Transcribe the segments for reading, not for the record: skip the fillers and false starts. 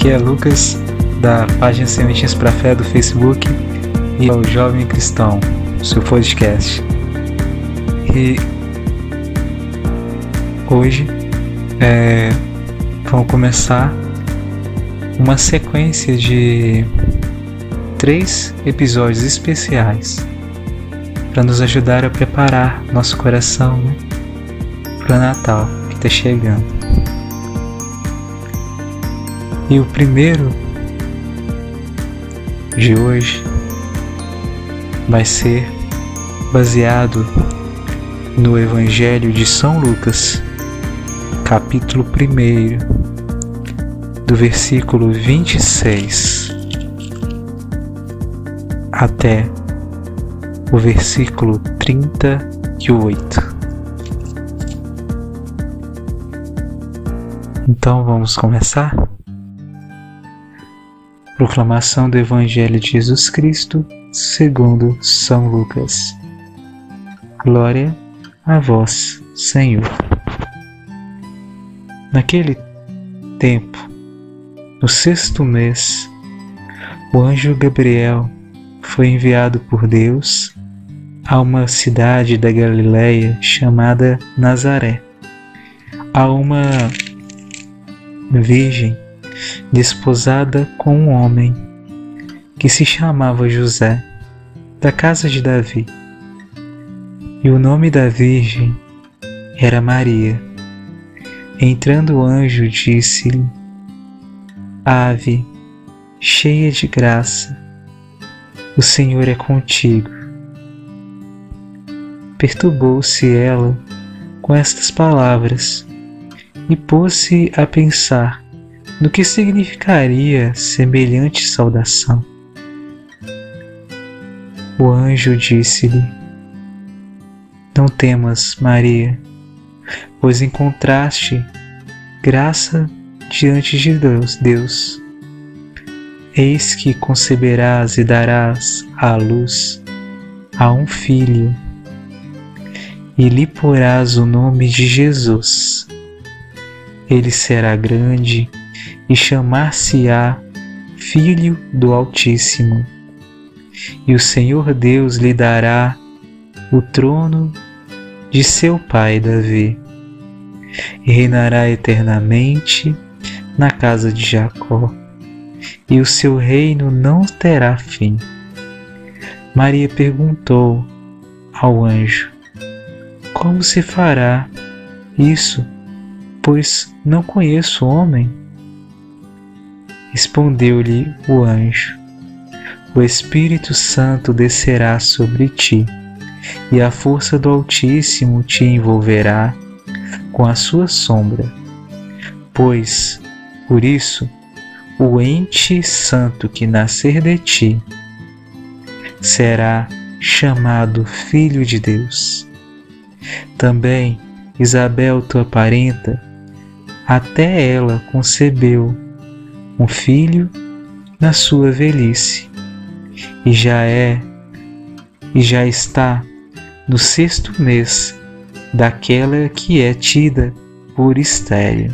Aqui é Lucas, da página Sementinhas para Fé do Facebook, e é o Jovem Cristão, seu podcast. E hoje vamos começar uma sequência de 3 episódios especiais para nos ajudar a preparar nosso coração, para o Natal que está chegando. E o primeiro de hoje vai ser baseado no Evangelho de São Lucas, capítulo 1, do versículo 26 até o versículo 38. Então vamos começar? Proclamação do Evangelho de Jesus Cristo segundo São Lucas. Glória a vós, Senhor. Naquele tempo, no 6º mês, o anjo Gabriel foi enviado por Deus a uma cidade da Galileia chamada Nazaré, a uma virgem desposada com um homem que se chamava José, da casa de Davi. E o nome da virgem era Maria. Entrando o anjo, disse-lhe: Ave, cheia de graça, o Senhor é contigo. Perturbou-se ela com estas palavras e pôs-se a pensar no que significaria semelhante saudação. O anjo disse-lhe: Não temas, Maria, pois encontraste graça diante de Deus. Eis que conceberás e darás à luz a um filho, e lhe porás o nome de Jesus. Ele será grande e chamar-se-á Filho do Altíssimo. E o Senhor Deus lhe dará o trono de seu pai Davi, e reinará eternamente na casa de Jacó, e o seu reino não terá fim. Maria perguntou ao anjo: Como se fará isso, pois não conheço homem? Respondeu-lhe o anjo: O Espírito Santo descerá sobre ti, e a força do Altíssimo te envolverá com a sua sombra. Pois, por isso, o ente santo que nascer de ti será chamado Filho de Deus. Também Isabel, tua parenta, até ela concebeu um filho na sua velhice, e já está no 6º mês daquela que é tida por estéril.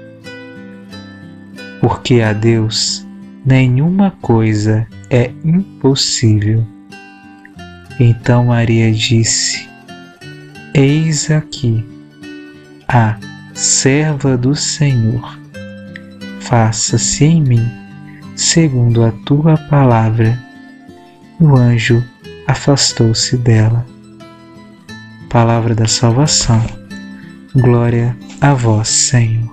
Porque a Deus nenhuma coisa é impossível. Então Maria disse: Eis aqui a serva do Senhor. Faça-se em mim segundo a tua palavra. E o anjo afastou-se dela. Palavra da salvação. Glória a vós, Senhor.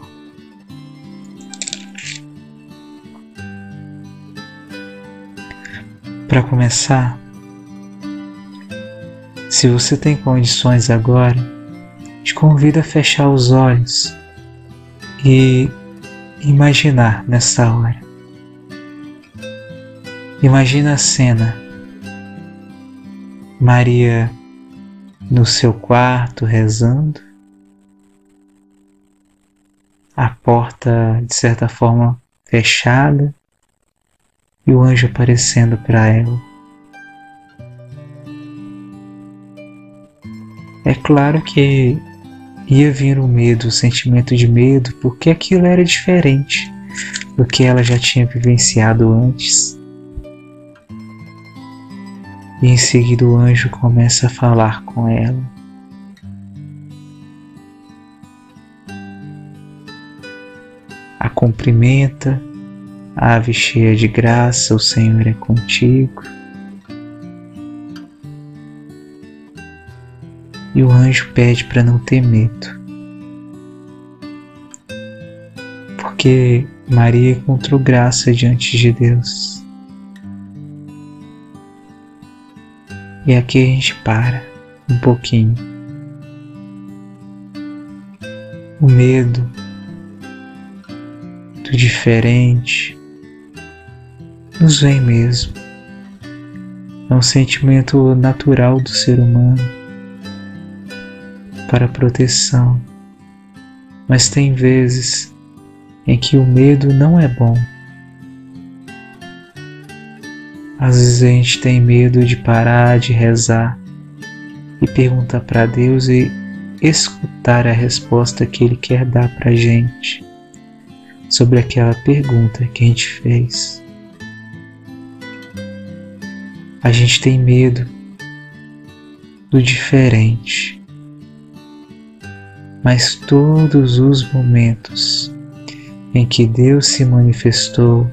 Para começar, se você tem condições agora, te convido a fechar os olhos e imaginar nessa hora. Imagina a cena. Maria no seu quarto rezando, a porta de certa forma fechada e o anjo aparecendo para ela. É claro que ia vir o medo, o sentimento de medo, porque aquilo era diferente. do que ela já tinha vivenciado antes. E em seguida o anjo começa a falar com ela. A cumprimenta, ave cheia de graça, o Senhor é contigo. E o anjo pede para não ter medo, porque Maria encontrou graça diante de Deus. E aqui a gente para um pouquinho. O medo do diferente nos vem mesmo. É um sentimento natural do ser humano para proteção. Mas tem vezes em que o medo não é bom. Às vezes a gente tem medo de parar de rezar e perguntar para Deus e escutar a resposta que Ele quer dar para a gente sobre aquela pergunta que a gente fez. A gente tem medo do diferente, mas todos os momentos em que Deus se manifestou,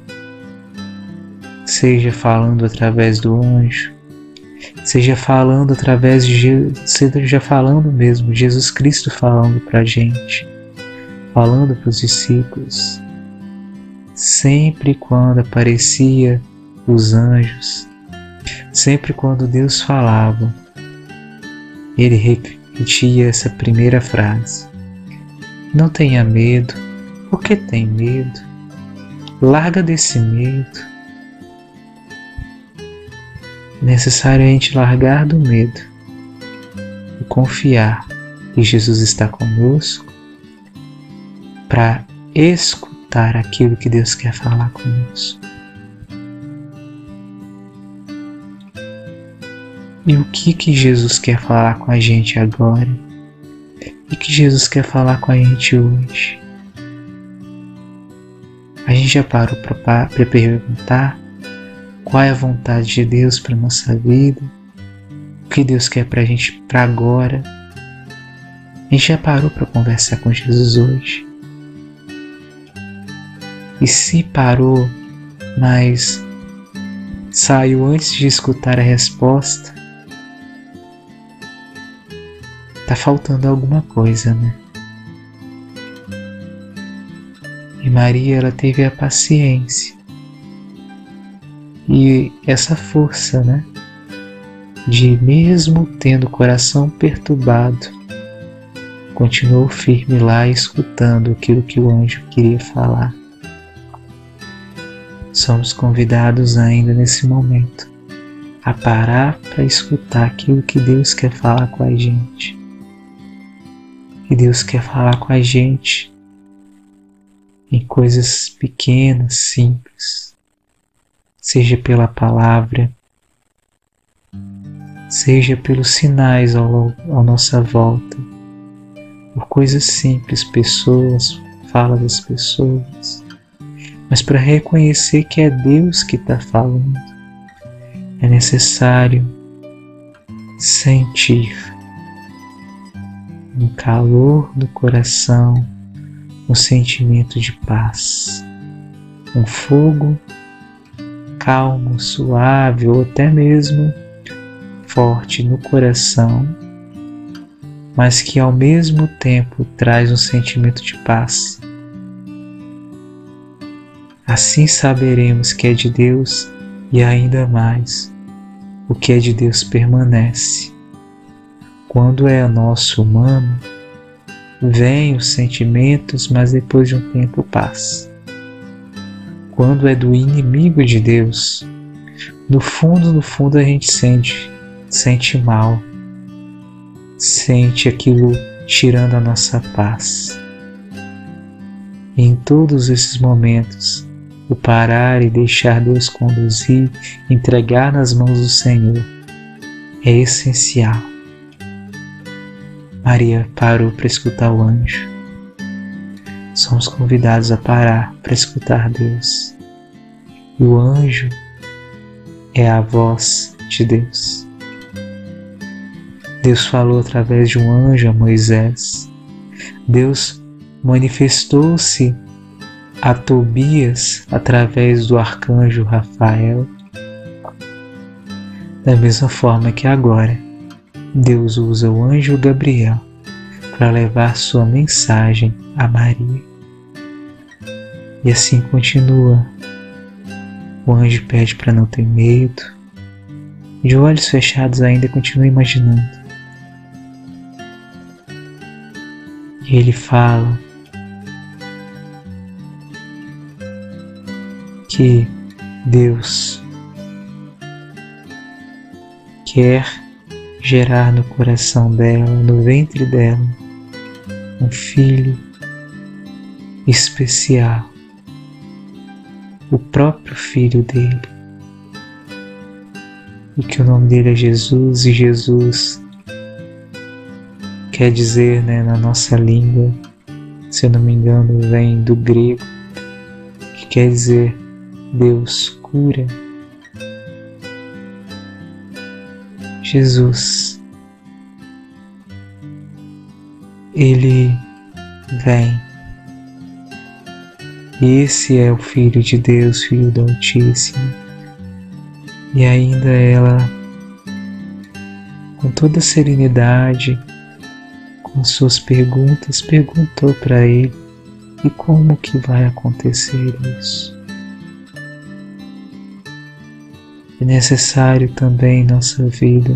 seja falando através do anjo, seja falando através de seja falando mesmo, Jesus Cristo falando para a gente, falando para os discípulos, sempre quando aparecia os anjos, sempre quando Deus falava, Ele repetia essa primeira frase: não tenha medo. Por que tem medo? Larga desse medo. É necessário a gente largar do medo e confiar que Jesus está conosco para escutar aquilo que Deus quer falar conosco. E o que Jesus quer falar com a gente agora? E o que Jesus quer falar com a gente hoje? A gente já parou para perguntar qual é a vontade de Deus para a nossa vida? O que Deus quer para a gente para agora? A gente já parou para conversar com Jesus hoje? E se parou, mas saiu antes de escutar a resposta, tá faltando alguma coisa, né? E Maria, ela teve a paciência e essa força, né? De mesmo tendo o coração perturbado, continuou firme lá escutando aquilo que o anjo queria falar. Somos convidados ainda nesse momento a parar para escutar aquilo que Deus quer falar com a gente. E Deus quer falar com a gente em coisas pequenas, simples, seja pela palavra, seja pelos sinais à nossa volta, por coisas simples, pessoas, fala das pessoas, mas para reconhecer que é Deus que está falando, é necessário sentir no calor do coração um sentimento de paz, um fogo calmo, suave ou até mesmo forte no coração, mas que ao mesmo tempo traz um sentimento de paz. Assim saberemos que é de Deus e ainda mais, o que é de Deus permanece. Quando é nosso humano, vêm os sentimentos, mas depois de um tempo passa. Quando é do inimigo de Deus, no fundo a gente sente mal, sente aquilo tirando a nossa paz. E em todos esses momentos, o parar e deixar Deus conduzir, entregar nas mãos do Senhor, é essencial. Maria parou para escutar o anjo. somos convidados a parar para escutar Deus. E o anjo é a voz de Deus. Deus falou através de um anjo a Moisés. Deus manifestou-se a Tobias através do arcanjo Rafael. Da mesma forma que agora, Deus usa o anjo Gabriel para levar sua mensagem a Maria. E assim continua. O anjo pede para não ter medo. De olhos fechados ainda continua imaginando. E ele fala que Deus quer gerar no coração dela, no ventre dela, um filho especial, o próprio filho dele, e que o nome dele é Jesus, e Jesus quer dizer, na nossa língua, se eu não me engano, vem do grego, que quer dizer Deus cura. Jesus, ele vem. Esse é o Filho de Deus, Filho do Altíssimo. E ainda ela, com toda serenidade, com suas perguntas, perguntou para ele: e como que vai acontecer isso? É necessário também em nossa vida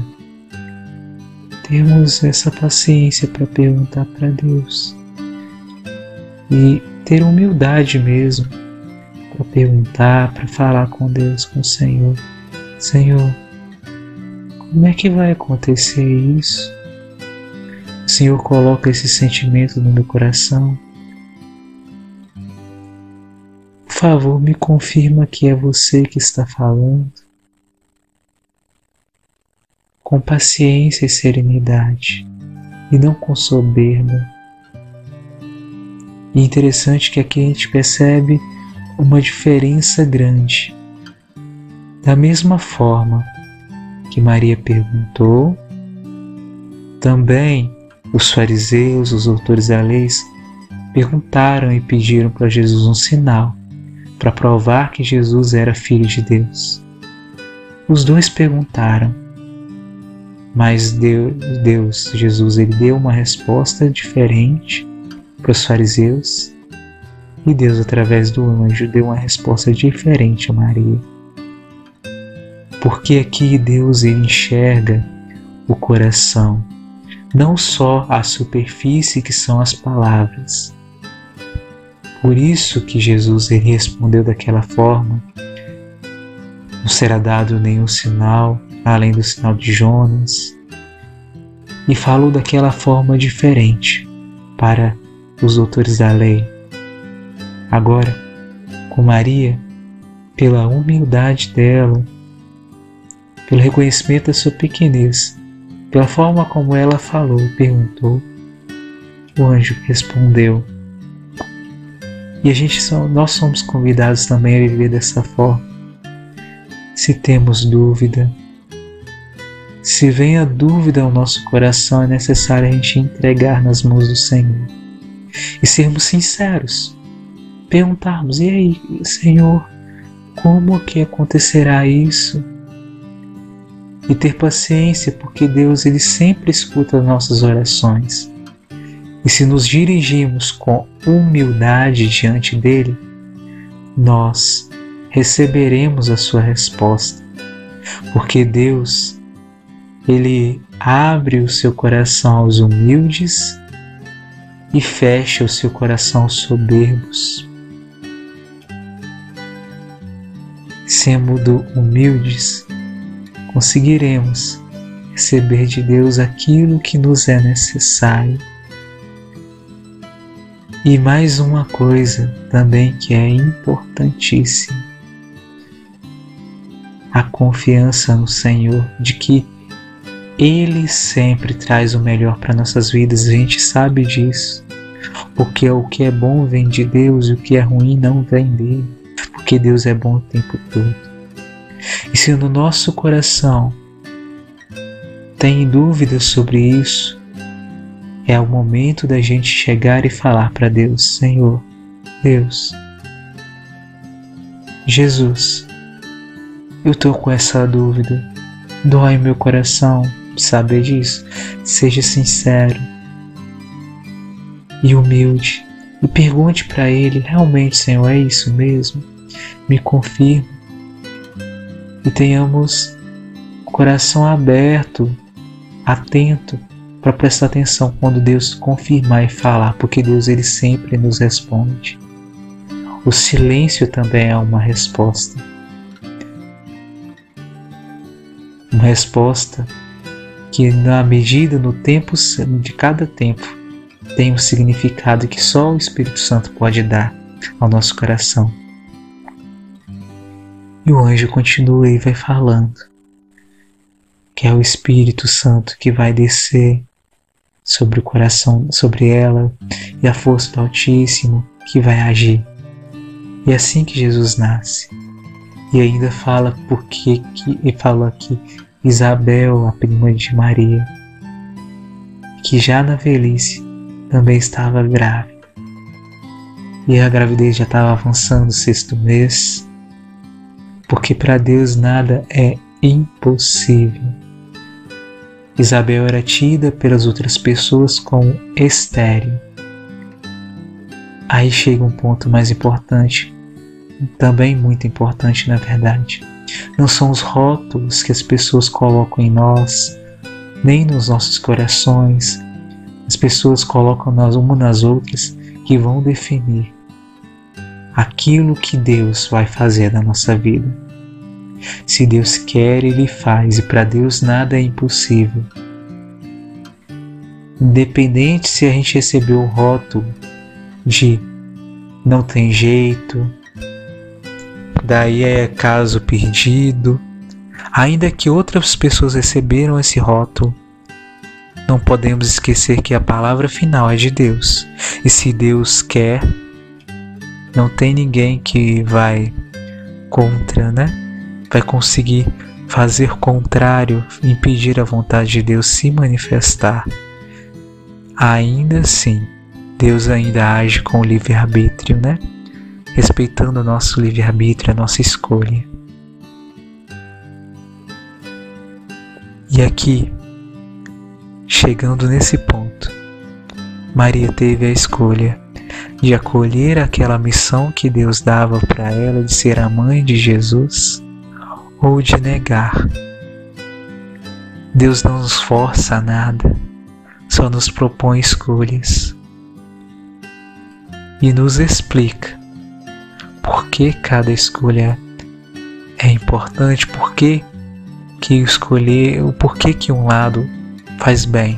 termos essa paciência para perguntar para Deus e ter humildade mesmo para perguntar, para falar com Deus, com o Senhor. Senhor, como é que vai acontecer isso? O Senhor coloca esse sentimento no meu coração. Por favor, me confirma que é você que está falando. Com paciência e serenidade, e não com soberba. E interessante que aqui a gente percebe uma diferença grande. Da mesma forma que Maria perguntou, também os fariseus, os doutores da lei, perguntaram e pediram para Jesus um sinal, para provar que Jesus era Filho de Deus. Os dois perguntaram, mas Jesus, ele deu uma resposta diferente para os fariseus, e Deus, através do anjo, deu uma resposta diferente a Maria. Porque aqui Deus, ele enxerga o coração, não só a superfície que são as palavras. Por isso que Jesus, ele respondeu daquela forma: não será dado nenhum sinal além do sinal de Jonas, e falou daquela forma diferente para os doutores da lei. Agora, com Maria, pela humildade dela, pelo reconhecimento da sua pequenez, pela forma como ela falou, perguntou, o anjo respondeu. E nós somos convidados também a viver dessa forma. Se temos dúvida, se vem a dúvida ao nosso coração, é necessário a gente entregar nas mãos do Senhor e sermos sinceros, perguntarmos: e aí, Senhor, como que acontecerá isso? E ter paciência, porque Deus, ele sempre escuta as nossas orações. E se nos dirigirmos com humildade diante dele, nós receberemos a sua resposta, porque Deus, ele abre o seu coração aos humildes e fecha o seu coração aos soberbos. Sendo humildes, conseguiremos receber de Deus aquilo que nos é necessário. E mais uma coisa também que é importantíssima: a confiança no Senhor, de que Ele sempre traz o melhor para nossas vidas. A gente sabe disso. porque o que é bom vem de Deus e o que é ruim não vem dele, porque Deus é bom o tempo todo. E se no nosso coração tem dúvidas sobre isso, é o momento da gente chegar e falar para Deus: Senhor, Deus, Jesus, eu estou com essa dúvida, dói meu coração saber disso. Seja sincero e humilde e pergunte para Ele: realmente, Senhor, é isso mesmo? Me confirma. E tenhamos o coração aberto, atento, para prestar atenção quando Deus confirmar e falar, porque Deus ele sempre nos responde. O silêncio também é uma resposta. Uma resposta que, na medida, no tempo de cada tempo, tem um significado que só o Espírito Santo pode dar ao nosso coração. E o anjo continua e vai falando que é o Espírito Santo que vai descer sobre o coração, sobre ela, e a força do Altíssimo que vai agir. E é assim que Jesus nasce. E ainda fala fala que Isabel, a prima de Maria, que já na velhice também estava grávida. E a gravidez já estava avançando o 6º mês, porque para Deus nada é impossível. Isabel era tida pelas outras pessoas como estéril. Aí chega um ponto mais importante, também muito importante na verdade. Não são os rótulos que as pessoas colocam em nós, nem nos nossos corações. As pessoas colocam nós umas nas outras que vão definir aquilo que Deus vai fazer na nossa vida. Se Deus quer, Ele faz, e para Deus nada é impossível. Independente se a gente recebeu o rótulo de não tem jeito, daí é caso perdido, ainda que outras pessoas receberam esse rótulo, não podemos esquecer que a palavra final é de Deus. E se Deus quer, não tem ninguém que vai contra, né? Vai conseguir fazer contrário, impedir a vontade de Deus se manifestar. Ainda assim, Deus ainda age com o livre-arbítrio, né? Respeitando o nosso livre-arbítrio, a nossa escolha. E aqui, chegando nesse ponto, Maria teve a escolha de acolher aquela missão que Deus dava para ela de ser a mãe de Jesus, ou de negar. Deus não nos força a nada, só nos propõe escolhas e nos explica por que cada escolha é importante, por que escolher, o porquê que um lado faz bem.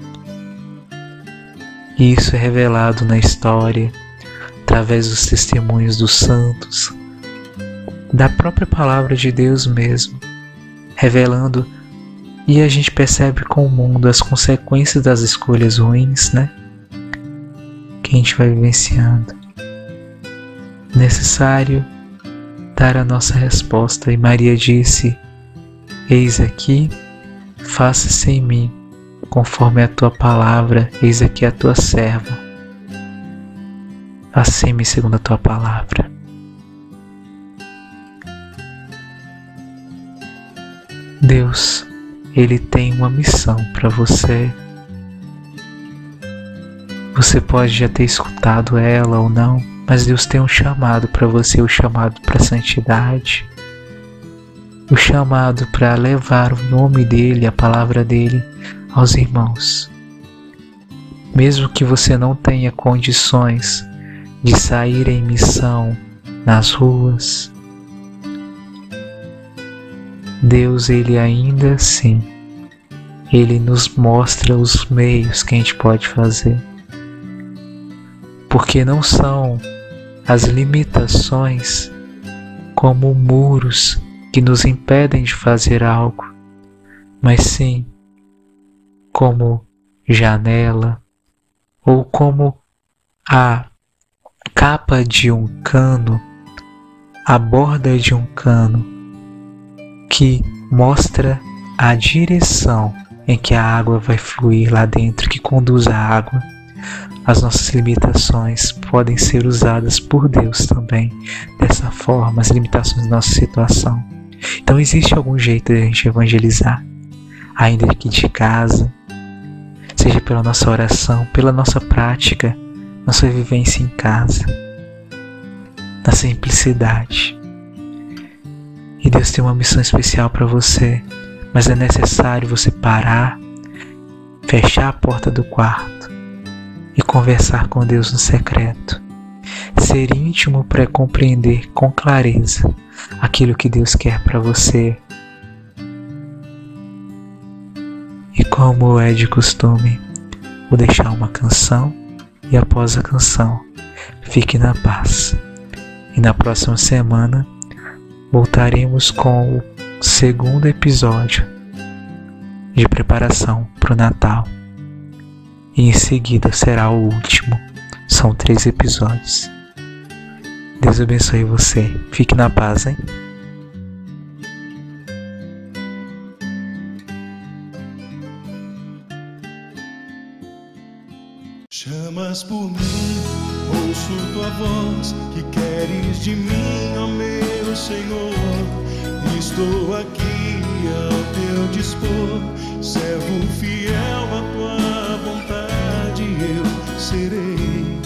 E isso é revelado na história, através dos testemunhos dos santos, da própria palavra de Deus mesmo, revelando, e a gente percebe com o mundo as consequências das escolhas ruins, né? Que a gente vai vivenciando. Necessário dar a nossa resposta, e Maria disse: eis aqui, faça-se em mim, conforme a tua palavra, eis aqui a tua serva. Faça-me segundo a tua palavra. Deus, Ele tem uma missão para você. Você pode já ter escutado ela ou não, mas Deus tem um chamado para você, o chamado para a santidade, o chamado para levar o nome dEle, a palavra dEle aos irmãos. Mesmo que você não tenha condições de sair em missão nas ruas, Deus, Ele ainda assim, Ele nos mostra os meios que a gente pode fazer. Porque não são as limitações como muros que nos impedem de fazer algo, mas sim como janela ou como a capa de um cano, a borda de um cano que mostra a direção em que a água vai fluir lá dentro, que conduz a água. As nossas limitações podem ser usadas por Deus também dessa forma, as limitações da nossa situação. Então existe algum jeito de a gente evangelizar, ainda aqui de casa, seja pela nossa oração, pela nossa prática, nossa vivência em casa, na simplicidade. E Deus tem uma missão especial para você, mas é necessário você parar, fechar a porta do quarto e conversar com Deus no secreto. Ser íntimo para compreender com clareza aquilo que Deus quer para você. E como é de costume, vou deixar uma canção e após a canção, fique na paz. E na próxima semana voltaremos com o segundo episódio de preparação para o Natal. E em seguida será o último. São 3 episódios. Deus abençoe você. Fique na paz, hein? Chamas por mim, ouço tua voz, que queres de mim, ó meu Senhor. Estou aqui ao teu dispor, servo fiel à tua vontade eu serei.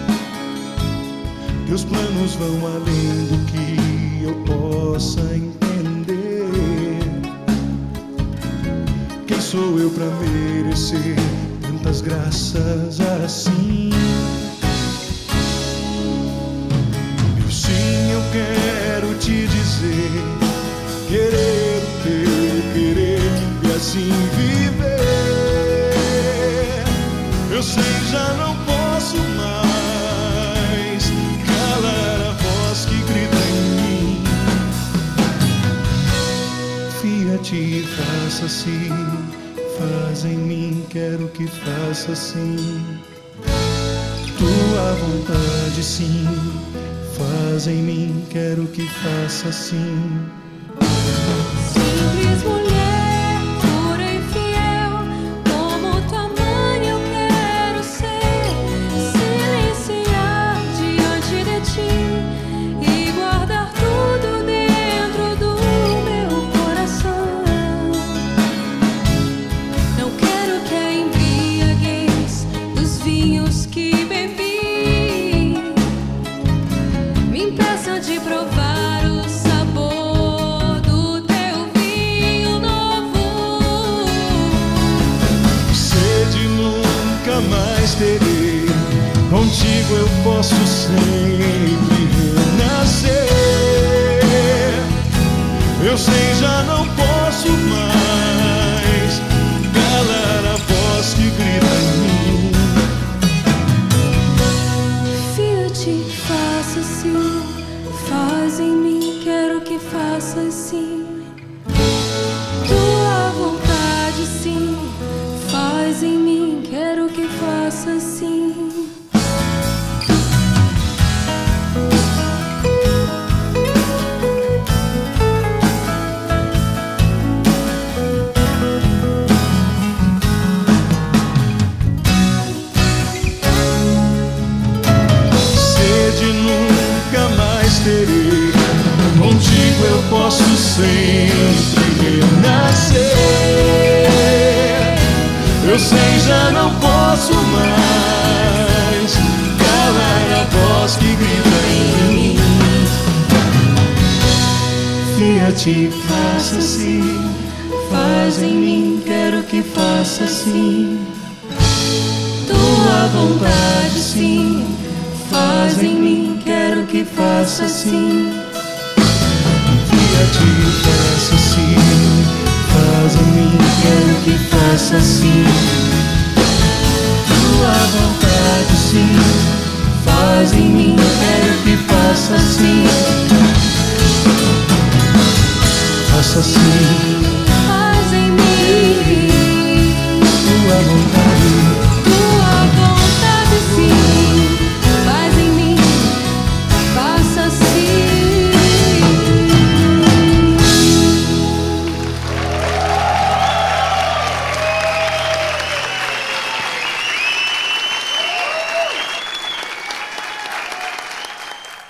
Teus planos vão além do que eu possa entender. Quem sou eu para merecer tantas graças assim? Meu sim, eu quero te dizer, querer o teu querer e assim viver. Eu sei, já não posso mais calar a voz que grita em mim. Fia-te e faça assim, faz em mim, quero que faça assim. Tua vontade sim, faz em mim, quero que faça assim. Simples mulher, pura e fiel, como tua mãe eu quero ser. Silenciar diante de ti e guardar tudo dentro do meu coração. Não quero que a embriaguez dos vinhos que bebi me impeça de provar o sabor do teu vinho novo. Sede nunca mais terei, contigo eu posso sempre renascer. Eu sei, já não posso mais calar a voz que grita em mim. Fio-te, faça assim, faz em mim, quero que faça assim. Tua vontade sim, faz em mim, quero que faça assim. Sede nunca mais terei, contigo eu posso sempre renascer. Eu sei, já não posso mais calar a voz que grita em mim. Fia-te, faça assim, faz em mim, quero que faça assim. Tua vontade sim, faz em mim, quero que faça assim. Fia-te, faça assim, faz em mim, quero que faça assim. Tua vontade sim, faz em mim, quero que faça assim. Faça assim.